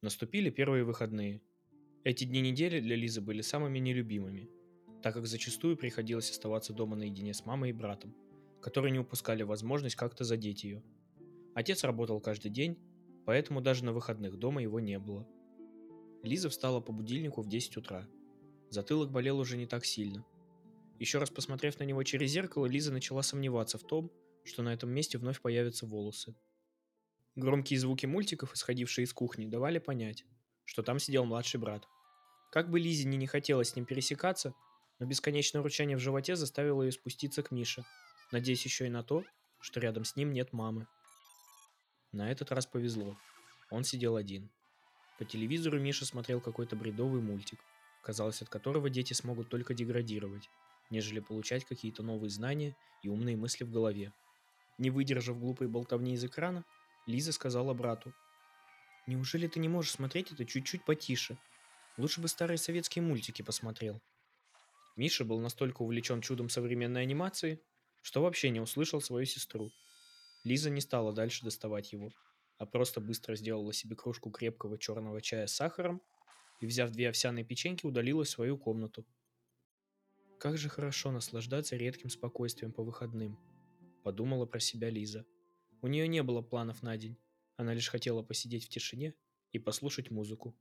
Наступили первые выходные. Эти дни недели для Лизы были самыми нелюбимыми, так как зачастую приходилось оставаться дома наедине с мамой и братом, которые не упускали возможность как-то задеть ее. Отец работал каждый день, поэтому даже на выходных дома его не было. Лиза встала по будильнику в 10 утра. Затылок болел уже не так сильно. Еще раз посмотрев на него через зеркало, Лиза начала сомневаться в том, что на этом месте вновь появятся волосы. Громкие звуки мультиков, исходившие из кухни, давали понять, что там сидел младший брат. Как бы Лизе не хотелось с ним пересекаться, но бесконечное урчание в животе заставило ее спуститься к Мише, надеясь еще и на то, что рядом с ним нет мамы. На этот раз повезло. Он сидел один. По телевизору Миша смотрел какой-то бредовый мультик, казалось, от которого дети смогут только деградировать, нежели получать какие-то новые знания и умные мысли в голове. Не выдержав глупой болтовни из экрана, Лиза сказала брату: «Неужели ты не можешь смотреть это чуть-чуть потише? Лучше бы старые советские мультики посмотрел». Миша был настолько увлечен чудом современной анимации, что вообще не услышал свою сестру. Лиза не стала дальше доставать его, а просто быстро сделала себе кружку крепкого черного чая с сахаром и, взяв 2 овсяные печеньки, удалилась в свою комнату. «Как же хорошо наслаждаться редким спокойствием по выходным», — подумала про себя Лиза. У нее не было планов на день, она лишь хотела посидеть в тишине и послушать музыку.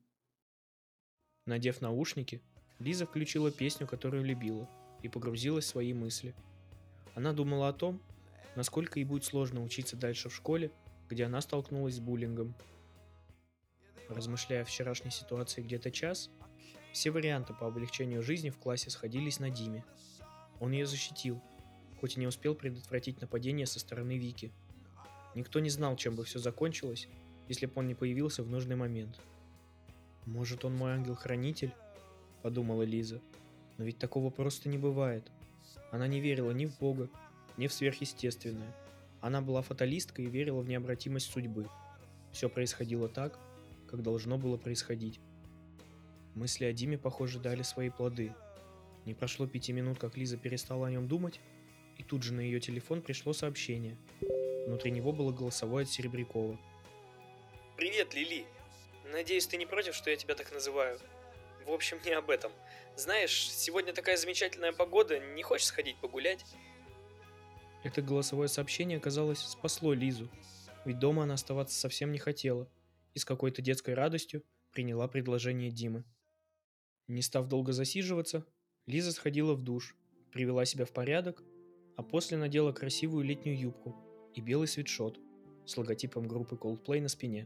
Надев наушники, Лиза включила песню, которую любила, и погрузилась в свои мысли. Она думала о том, насколько ей будет сложно учиться дальше в школе, где она столкнулась с буллингом. Размышляя о вчерашней ситуации где-то час, все варианты по облегчению жизни в классе сходились на Диме. Он ее защитил, хоть и не успел предотвратить нападение со стороны Вики. Никто не знал, чем бы все закончилось, если бы он не появился в нужный момент. «Может, он мой ангел-хранитель?» – подумала Лиза. Но ведь такого просто не бывает. Она не верила ни в Бога, ни в сверхъестественное. Она была фаталисткой и верила в необратимость судьбы. Все происходило так, как должно было происходить. Мысли о Диме, похоже, дали свои плоды. Не прошло 5 минут, как Лиза перестала о нем думать, и тут же на ее телефон пришло сообщение. Внутри него было голосовое от Серебрякова. Привет, Лили. Надеюсь, ты не против, что я тебя так называю? В общем, не об этом. Знаешь, сегодня такая замечательная погода, не хочешь сходить погулять? Это голосовое сообщение, казалось, спасло Лизу, ведь дома она оставаться совсем не хотела и с какой-то детской радостью приняла предложение Димы. Не став долго засиживаться, Лиза сходила в душ, привела себя в порядок, а после надела красивую летнюю юбку и белый свитшот с логотипом группы Coldplay на спине.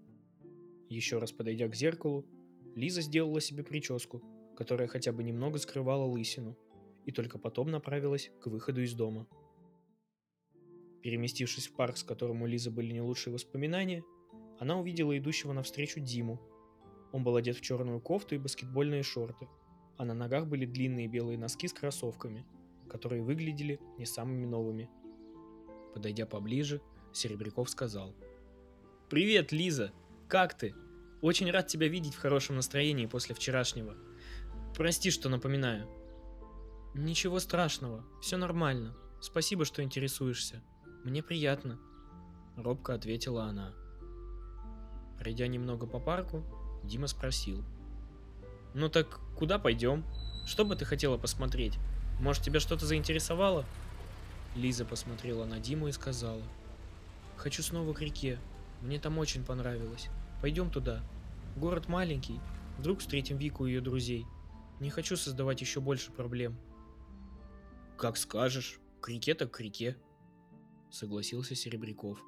Еще раз подойдя к зеркалу, Лиза сделала себе прическу, которая хотя бы немного скрывала лысину, и только потом направилась к выходу из дома. Переместившись в парк, с которым у Лизы были не лучшие воспоминания, она увидела идущего навстречу Диму. Он был одет в черную кофту и баскетбольные шорты, а на ногах были длинные белые носки с кроссовками, которые выглядели не самыми новыми. Подойдя поближе, Серебряков сказал: «Привет, Лиза! Как ты? Очень рад тебя видеть в хорошем настроении после вчерашнего. Прости, что напоминаю». «Ничего страшного, все нормально. Спасибо, что интересуешься. Мне приятно», — робко ответила она. Пройдя немного по парку, Дима спросил: «Ну так куда пойдем? Что бы ты хотела посмотреть? Может, тебя что-то заинтересовало?» Лиза посмотрела на Диму и сказала: «Хочу снова к реке. Мне там очень понравилось. Пойдем туда. Город маленький. Вдруг встретим Вику и ее друзей. Не хочу создавать еще больше проблем». «Как скажешь. К реке так к реке», — согласился Серебряков.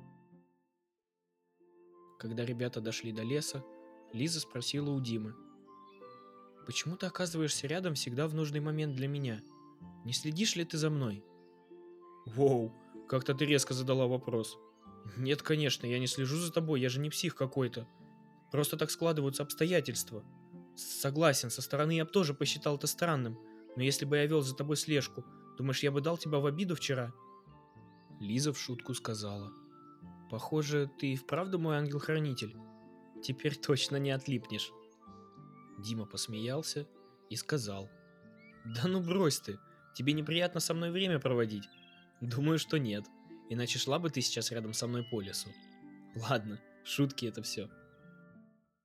Когда ребята дошли до леса, Лиза спросила у Димы: «Почему ты оказываешься рядом всегда в нужный момент для меня? Не следишь ли ты за мной?» «Воу, как-то ты резко задала вопрос. Нет, конечно, я не слежу за тобой, я же не псих какой-то. Просто так складываются обстоятельства. Согласен, со стороны я бы тоже посчитал это странным, но если бы я вел за тобой слежку, думаешь, я бы дал тебя в обиду вчера?» Лиза в шутку сказала: «Похоже, ты и вправду мой ангел-хранитель. Теперь точно не отлипнешь». Дима посмеялся и сказал: «Да ну брось ты, тебе неприятно со мной время проводить?» «Думаю, что нет, иначе шла бы ты сейчас рядом со мной по лесу». «Ладно, шутки это все».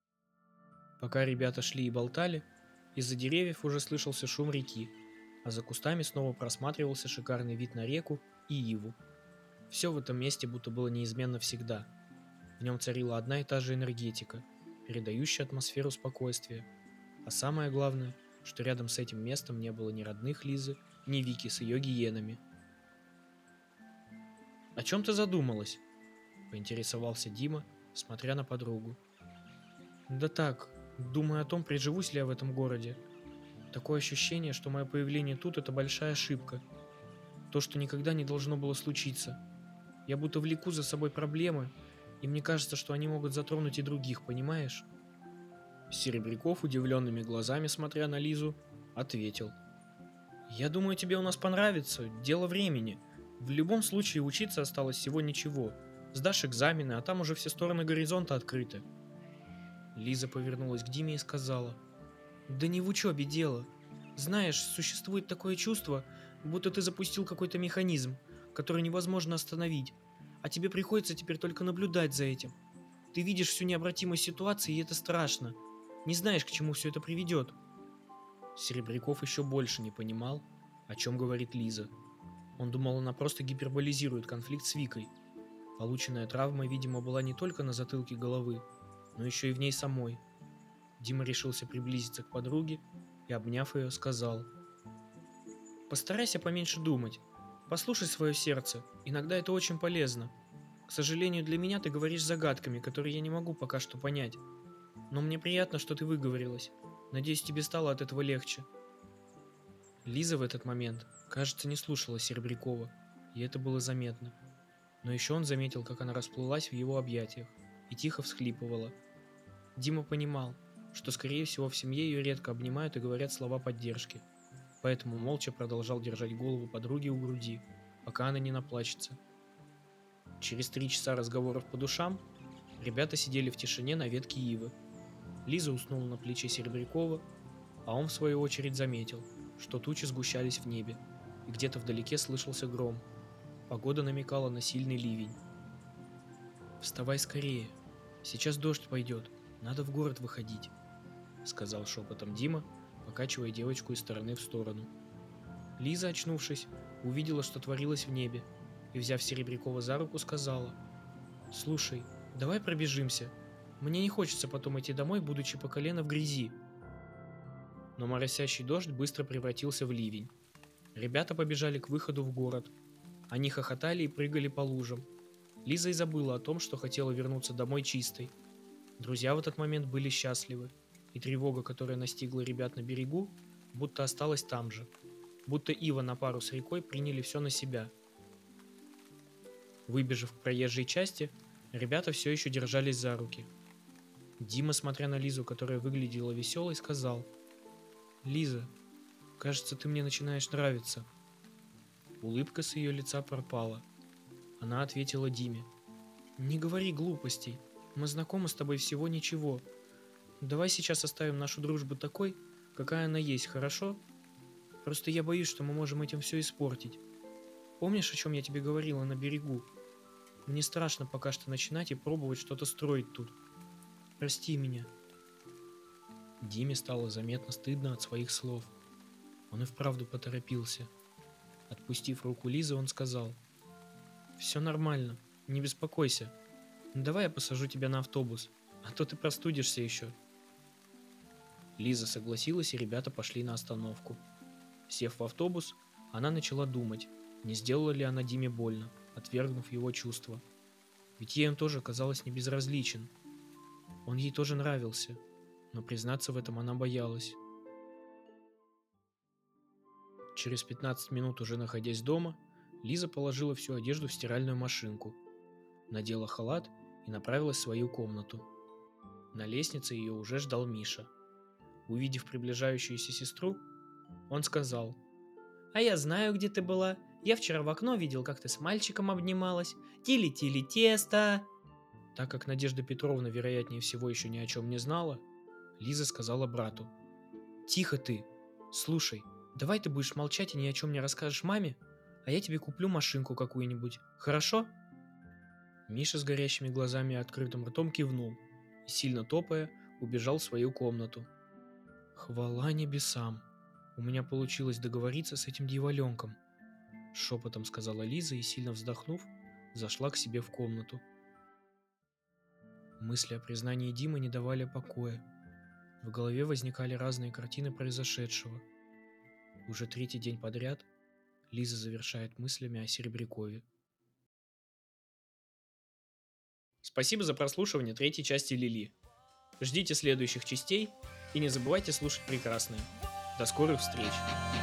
Пока ребята шли и болтали, из-за деревьев уже слышался шум реки, а за кустами снова просматривался шикарный вид на реку и Иву. Все в этом месте будто было неизменно всегда. В нем царила одна и та же энергетика, передающая атмосферу спокойствия. А самое главное, что рядом с этим местом не было ни родных Лизы, ни Вики с ее гиенами. «О чем ты задумалась?» – поинтересовался Дима, смотря на подругу. «Да так, думаю о том, приживусь ли я в этом городе. Такое ощущение, что мое появление тут – это большая ошибка. То, что никогда не должно было случиться. Я будто влеку за собой проблемы, и мне кажется, что они могут затронуть и других, понимаешь?» Серебряков, удивленными глазами смотря на Лизу, ответил. «Я думаю, тебе у нас понравится. Дело времени. В любом случае учиться осталось всего ничего. Сдашь экзамены, а там уже все стороны горизонта открыты». Лиза повернулась к Диме и сказала. «Да не в учебе дело. Знаешь, существует такое чувство, будто ты запустил какой-то механизм, который невозможно остановить, а тебе приходится теперь только наблюдать за этим. Ты видишь всю необратимость ситуации, и это страшно. Не знаешь, к чему все это приведет». Серебряков еще больше не понимал, о чем говорит Лиза. Он думал, она просто гиперболизирует конфликт с Викой. Полученная травма, видимо, была не только на затылке головы, но еще и в ней самой. Дима решился приблизиться к подруге и, обняв ее, сказал: «Постарайся поменьше думать. Послушай свое сердце, иногда это очень полезно. К сожалению, для меня ты говоришь загадками, которые я не могу пока что понять. Но мне приятно, что ты выговорилась. Надеюсь, тебе стало от этого легче». Лиза в этот момент, кажется, не слушала Серебрякова, и это было заметно. Но еще он заметил, как она расплылась в его объятиях и тихо всхлипывала. Дима понимал, что, скорее всего, в семье ее редко обнимают и говорят слова поддержки, поэтому молча продолжал держать голову подруги у груди, пока она не наплачется. Через 3 часа разговоров по душам ребята сидели в тишине на ветке ивы. Лиза уснула на плече Серебрякова, а он в свою очередь заметил, что тучи сгущались в небе, и где-то вдалеке слышался гром. Погода намекала на сильный ливень. «Вставай скорее, сейчас дождь пойдет, надо в город выходить», — сказал шепотом Дима, покачивая девочку из стороны в сторону. Лиза, очнувшись, увидела, что творилось в небе, и, взяв Серебрякова за руку, сказала: «Слушай, давай пробежимся. Мне не хочется потом идти домой, будучи по колено в грязи». Но моросящий дождь быстро превратился в ливень. Ребята побежали к выходу в город. Они хохотали и прыгали по лужам. Лиза и забыла о том, что хотела вернуться домой чистой. Друзья в этот момент были счастливы, и тревога, которая настигла ребят на берегу, будто осталась там же. Будто ива на пару с рекой приняли все на себя. Выбежав к проезжей части, ребята все еще держались за руки. Дима, смотря на Лизу, которая выглядела веселой, сказал: «Лиза, кажется, ты мне начинаешь нравиться». Улыбка с ее лица пропала. Она ответила Диме: «Не говори глупостей, мы знакомы с тобой всего ничего. Давай сейчас оставим нашу дружбу такой, какая она есть, хорошо? Просто я боюсь, что мы можем этим все испортить. Помнишь, о чем я тебе говорила на берегу? Мне страшно пока что начинать и пробовать что-то строить тут. Прости меня». Диме стало заметно стыдно от своих слов. Он и вправду поторопился. Отпустив руку Лизы, он сказал: «Все нормально, не беспокойся. Давай я посажу тебя на автобус, а то ты простудишься еще». Лиза согласилась, и ребята пошли на остановку. Сев в автобус, она начала думать, не сделала ли она Диме больно, отвергнув его чувства. Ведь ей он тоже казалось небезразличен. Он ей тоже нравился, но признаться в этом она боялась. Через 15 минут, уже находясь дома, Лиза положила всю одежду в стиральную машинку, надела халат и направилась в свою комнату. На лестнице ее уже ждал Миша. Увидев приближающуюся сестру, он сказал: «А я знаю, где ты была. Я вчера в окно видел, как ты с мальчиком обнималась. Тили-тили тесто». Так как Надежда Петровна, вероятнее всего, еще ни о чем не знала, Лиза сказала брату: «Тихо ты! Слушай, давай ты будешь молчать и ни о чем не расскажешь маме, а я тебе куплю машинку какую-нибудь, хорошо?» Миша с горящими глазами и открытым ртом кивнул и, сильно топая, убежал в свою комнату. «Хвала небесам! У меня получилось договориться с этим дьяволенком», — шепотом сказала Лиза и, сильно вздохнув, зашла к себе в комнату. Мысли о признании Димы не давали покоя. В голове возникали разные картины произошедшего. Уже третий день подряд Лиза завершает мыслями о Серебрякове. Спасибо за прослушивание третьей части Лили. Ждите следующих частей и не забывайте слушать прекрасное. До скорых встреч!